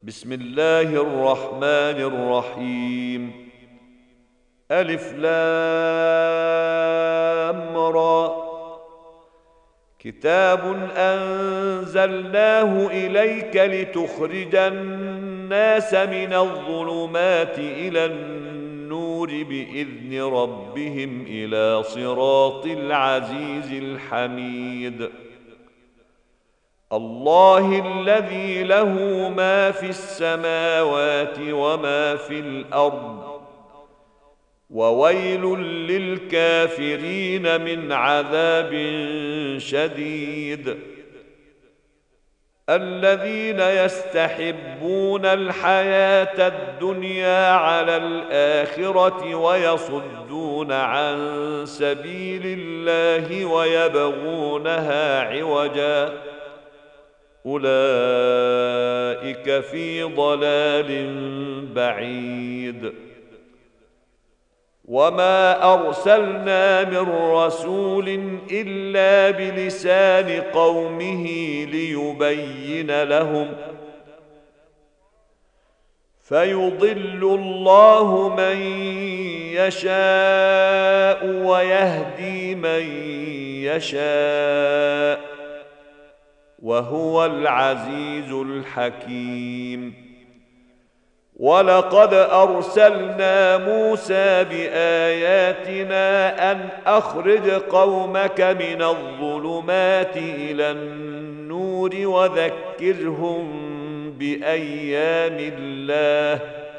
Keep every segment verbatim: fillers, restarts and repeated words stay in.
بسم الله الرحمن الرحيم. ألف لام را. كتاب أنزلناه إليك لتخرج الناس من الظلمات إلى النور بإذن ربهم إلى صراط العزيز الحميد. الله الذي له ما في السماوات وما في الأرض، وويل للكافرين من عذاب شديد. الذين يستحبون الحياة الدنيا على الآخرة ويصدون عن سبيل الله ويبغونها عوجا، أولئك في ضلال بعيد. وما أرسلنا من رسول إلا بلسان قومه ليبين لهم، فيضل الله من يشاء ويهدي من يشاء، وهو العزيز الحكيم. ولقد أرسلنا موسى بآياتنا أن أخرج قومك من الظلمات إلى النور وذكرهم بأيام الله،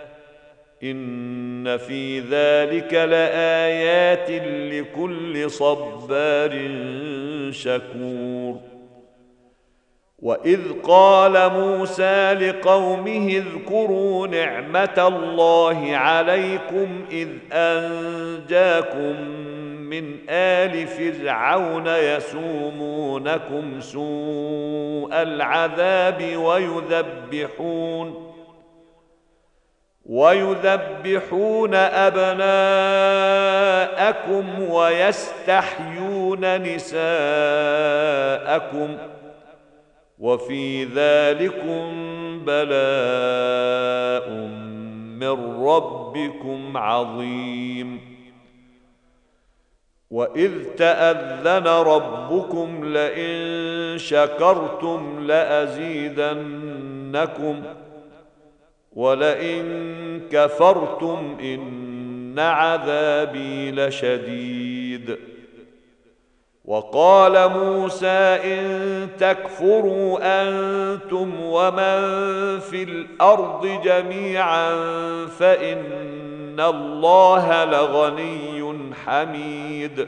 إن في ذلك لآيات لكل صبار شكور. وإذ قال موسى لقومه اذكروا نعمة الله عليكم إذ أنجاكم من آل فرعون يسومونكم سوء العذاب ويذبحون ويذبحون أبناءكم ويستحيون نساءكم، وفي ذلكم بلاء من ربكم عظيم. وإذ تأذن ربكم لئن شكرتم لأزيدنكم ولئن كفرتم إن عذابي لشديد. وقال موسى إن تكفروا أنتم ومن في الأرض جميعا فإن الله لغني حميد.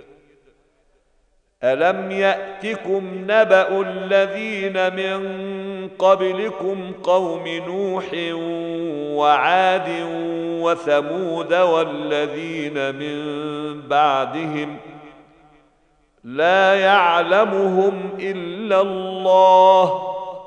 ألم يأتكم نبأ الذين من قبلكم قوم نوح وعاد وثمود والذين من بعدهم لا يعلمهم إلا الله،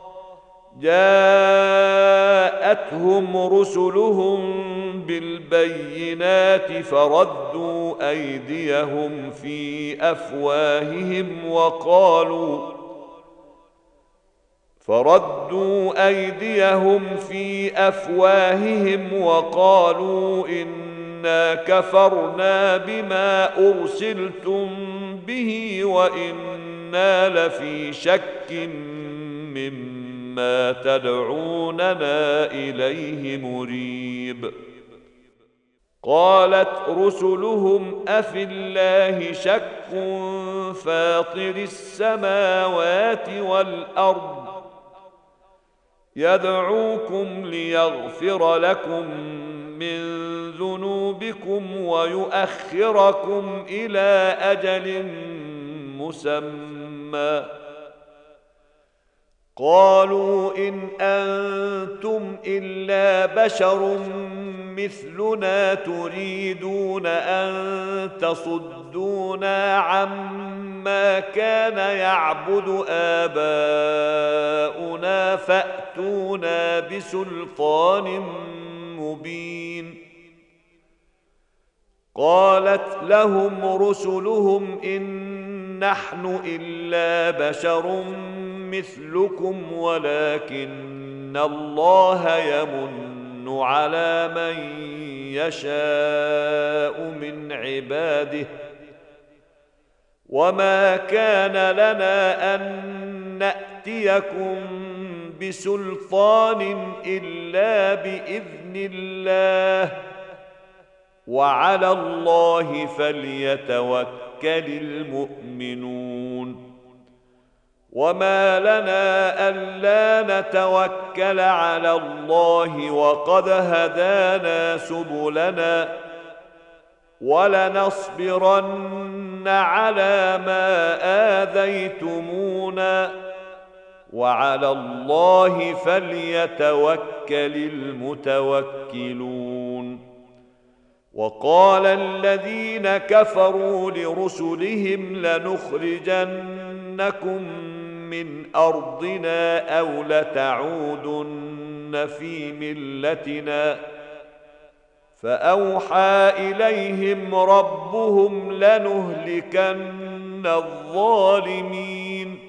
جاءتهم رسلهم بالبينات فردوا أيديهم في أفواههم وقالوا فردوا أيديهم في أفواههم وقالوا إنا كفرنا بما أرسلتم به وإنا لفي شك مما تدعوننا إليه مريب. قالت رسلهم أفي الله شك فاطر السماوات والأرض يدعوكم ليغفر لكم من ذنوبكم ويؤخركم إلى أجل مسمى. قالوا إن أنتم إلا بشر مثلنا تريدون أن تصدونا عما كان يعبد آباؤنا فأتونا بسلطان مبين. قالت لهم رسلهم إن نحن إلا بشر مثلكم ولكن الله يمن على من يشاء من عباده وما كان لنا أن نأتيكم بسلطان إلا بإذن الله وعلى الله فليتوكل المؤمنون وما لنا ألا نتوكل على الله وقد هدانا سبلنا ولنصبرن على ما آذيتمونا وعلى الله فليتوكل المتوكلون وقال الذين كفروا لرسلهم لنخرجنكم من أرضنا أو لتعودن في ملتنا فأوحى إليهم ربهم لنهلكن الظالمين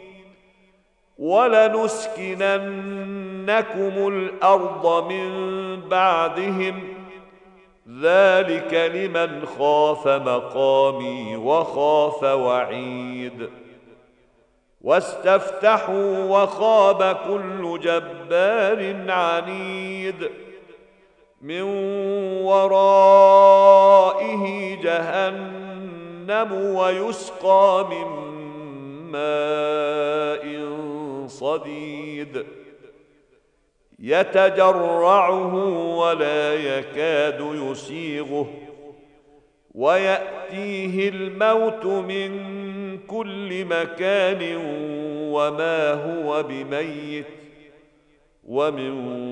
ولنسكننكم الأرض من بعدهم ذلك لمن خاف مقامي وخاف وعيد واستفتحوا وخاب كل جبار عنيد من ورائه جهنم ويسقى من ماء صديد يتجرعه ولا يكاد يسيغه ويأتيه الموت من كل مكان وما هو بميت ومن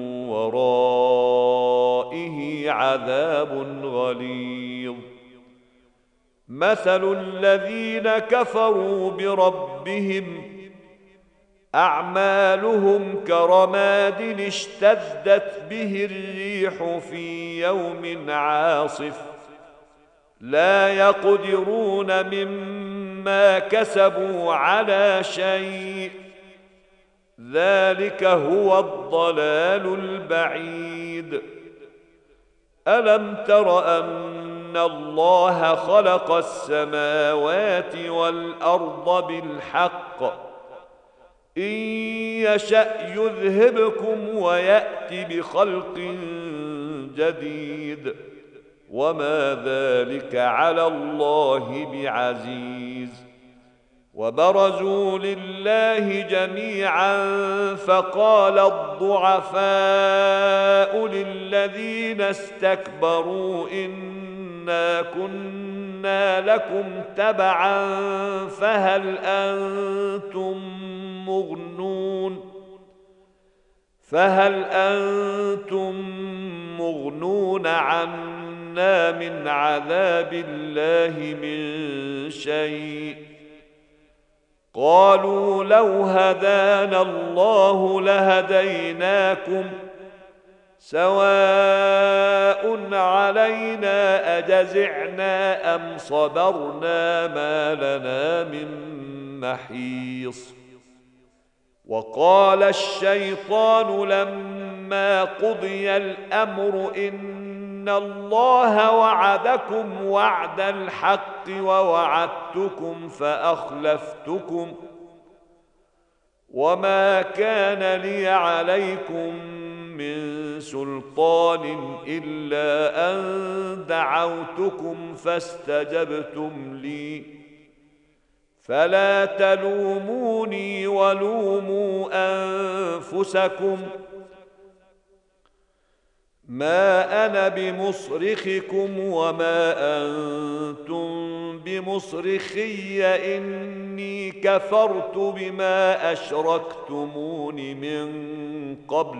ورائه عذاب غليظ مثل الذين كفروا بربهم أعمالهم كرماد اشتدت به الريح في يوم عاصف لا يقدرون مما كسبوا على شيء ذلك هو الضلال البعيد ألم تر أن الله خلق السماوات والأرض بالحق إن يشأ يذهبكم ويأت بخلق جديد وما ذلك على الله بعزيز وبرزوا لله جميعا فقال الضعفاء للذين استكبروا إنا كنا لكم تبعا فهل أنتم مغنون فهل أنتم مغنون عنا من عذاب الله من شيء قالوا لو هدانا الله لهديناكم سواء علينا أجزعنا أم صبرنا ما لنا من محيص وقال الشيطان لما قضي الأمر إن الله وعدكم وعد الحق ووعدتكم فأخلفتكم وما كان لي عليكم من سلطان إلا أن دعوتكم فاستجبتم لي فلا تلوموني ولوموا أنفسكم ما أنا بمصرخكم وما أنتم بمصرخي إني كفرت بما أشركتمون من قبل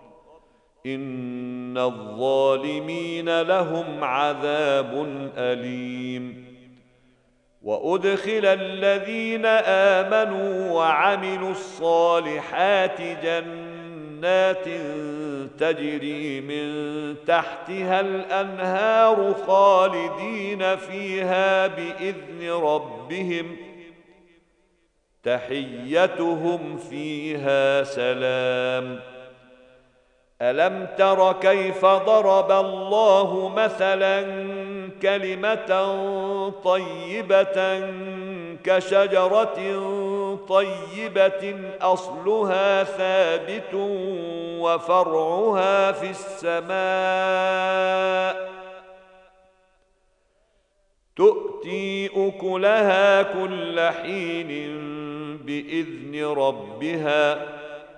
إن الظالمين لهم عذاب أليم وأدخل الذين آمنوا وعملوا الصالحات جنات تجري من تحتها الأنهار خالدين فيها بإذن ربهم تحيتهم فيها سلام. ألم تر كيف ضرب الله مثلا كلمة طيبة كشجرة طيبة أصلها ثابت وفرعها في السماء تؤتي أكلها كل حين بإذن ربها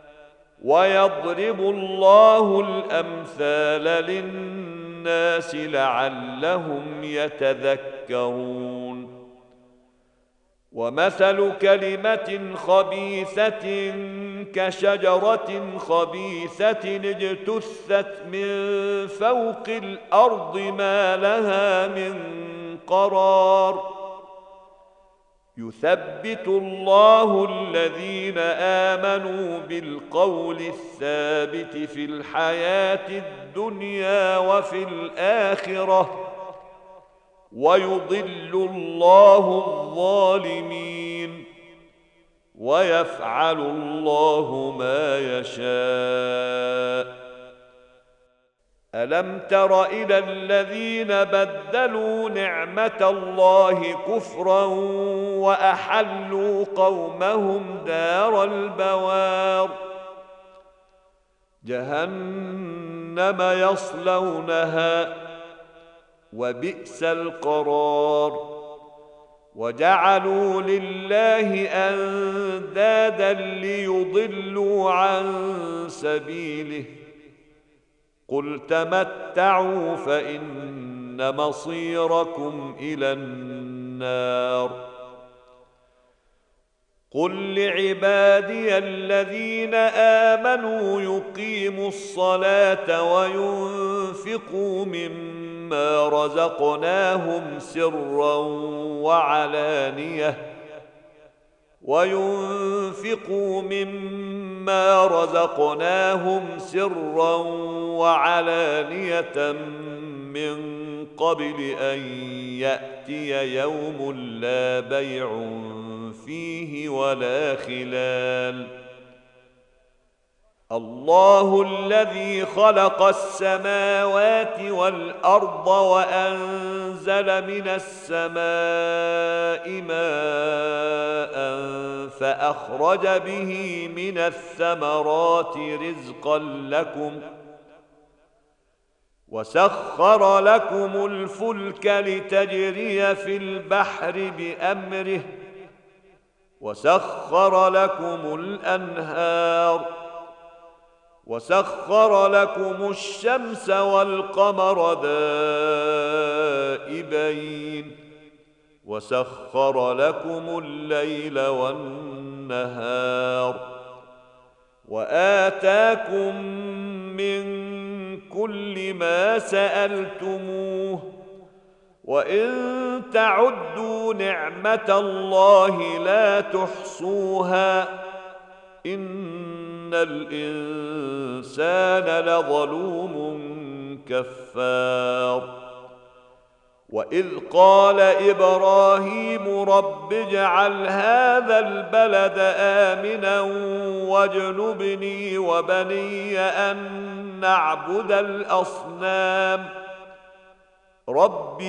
ويضرب الله الأمثال للناس لعلهم يتذكرون. ومثل كلمة خبيثة كشجرة خبيثة اجتثت من فوق الأرض ما لها من قرار. يثبت الله الذين آمنوا بالقول الثابت في الحياة الدنيا وفي الآخرة ويضل الله الظالمين ويفعل الله ما يشاء. ألم تر إلى الذين بدلوا نعمة الله كفرا وأحلوا قومهم دار البوار جهنم يصلونها وبئس القرار. وجعلوا لله أندادا ليضلوا عن سبيله قل تمتعوا فإن مصيركم إلى النار. قل لعبادي الذين آمنوا يقيموا الصلاة وينفقوا مما رزقناهم سرا وعلانية وينفقوا مما رزقناهم سرا وعلانية من قبل أن يأتي يوم لا بيع فيه ولا خلال. الله الذي خلق السماوات والأرض وأنزل من السماء ماء فأخرج به من الثمرات رزقا لكم وسخر لكم الفلك لتجري في البحر بأمره وسخر لكم الأنهار وسخر لكم الشمس والقمر دائبين وسخر لكم الليل والنهار وآتاكم من كل ما سألتموه وإن تعدوا نعمة الله لا تحصوها إن الإنسان لظلوم كفار. وإذ قال إبراهيم رب اجعل هذا البلد آمنا واجنبني وبني أن نعبد الأصنام رب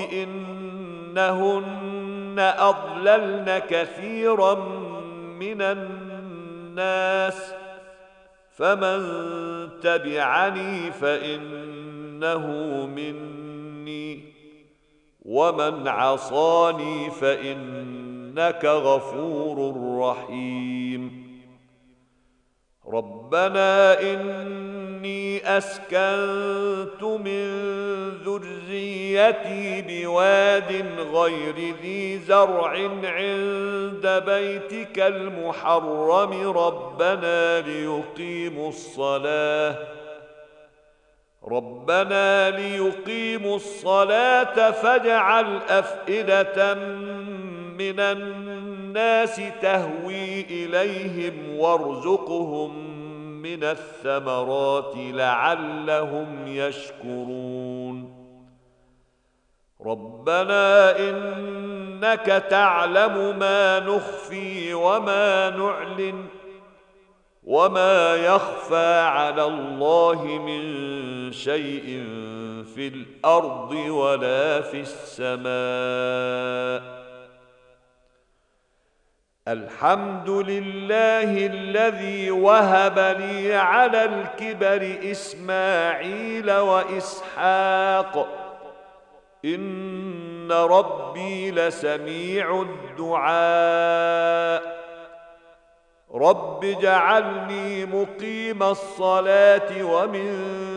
إنهن أضللن كثيرا من الناس فمن تبعني فإنه مني ومن عصاني فإنك غفور رحيم. ربنا إني أسكنت من ذريتي بواد غير ذي زرع عند بيتك المحرم ربنا ليقيموا الصلاة ربنا ليقيموا الصلاة فاجعل أفئدة من الناس تهوي إليهم وارزقهم من الثمرات لعلهم يشكرون. ربنا إنك تعلم ما نخفي وما نعلن وما يخفى على الله من شيء في الأرض ولا في السماء. الحمد لله الذي وهب لي على الكبر إسماعيل وإسحاق إن ربي لسميع الدعاء. رب اجعلني مقيم الصلاة ومن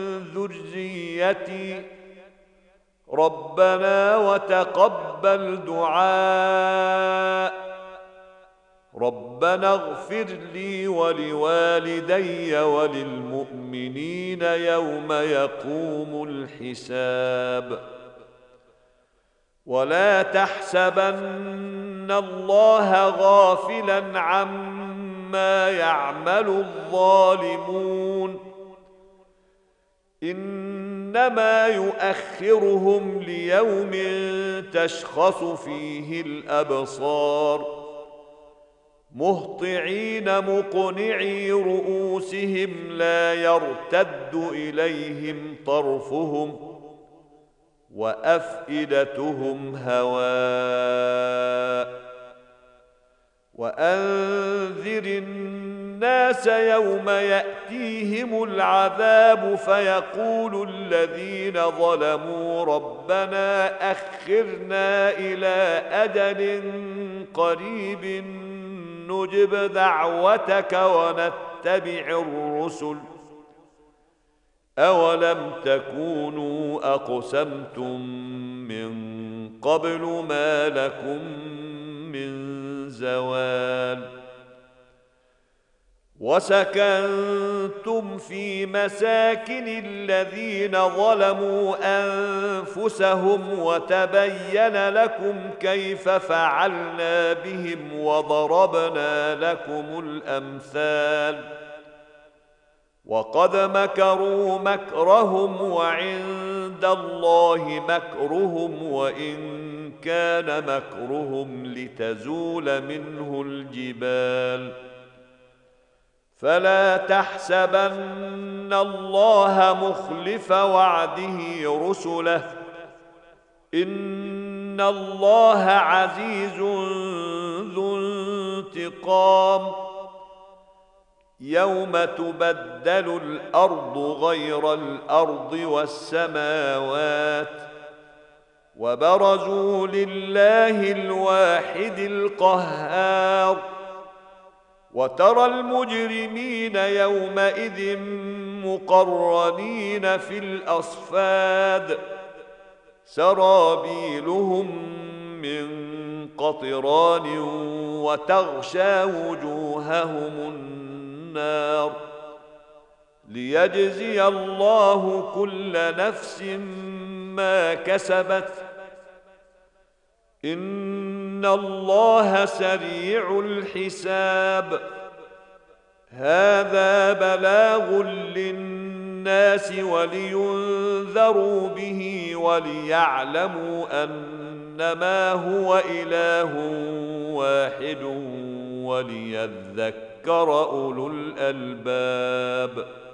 ذريتي ربنا وتقبل دعاء. ربنا اغفر لي ولوالدي وللمؤمنين يوم يقوم الحساب. ولا تحسبن الله غافلا عما يعمل الظالمون إنما يؤخرهم ليوم تشخص فيه الأبصار مهطعين مقنعي رؤوسهم لا يرتد إليهم طرفهم وأفئدتهم هواء. وأنذر الناس يوم يأتيهم العذاب فيقول الذين ظلموا ربنا أخرنا إلى أجل قريب نجب دعوتك ونتبع الرسل أولم تكونوا أقسمتم من قبل ما لكم من زوال. وسكنتم في مساكن الذين ظلموا أنفسهم وتبين لكم كيف فعلنا بهم وضربنا لكم الأمثال. وقد مكروا مكرهم وعند الله مكرهم وإن كان مكرهم لتزول منه الجبال. فلا تحسبن الله مخلف وعده رسله إن الله عزيز ذو انتقام. يوم تبدل الأرض غير الأرض والسماوات وبرزوا لله الواحد القهار. وترى المجرمين يومئذ مقرنين في الأصفاد سرابيلهم من قطران وتغشى وجوههم النار ليجزي الله كل نفس ما كسبت إن الله سريع الحساب. هذا بلاغ للناس ولينذروا به وليعلموا أنما هو إله واحد وليذكر أولو الألباب.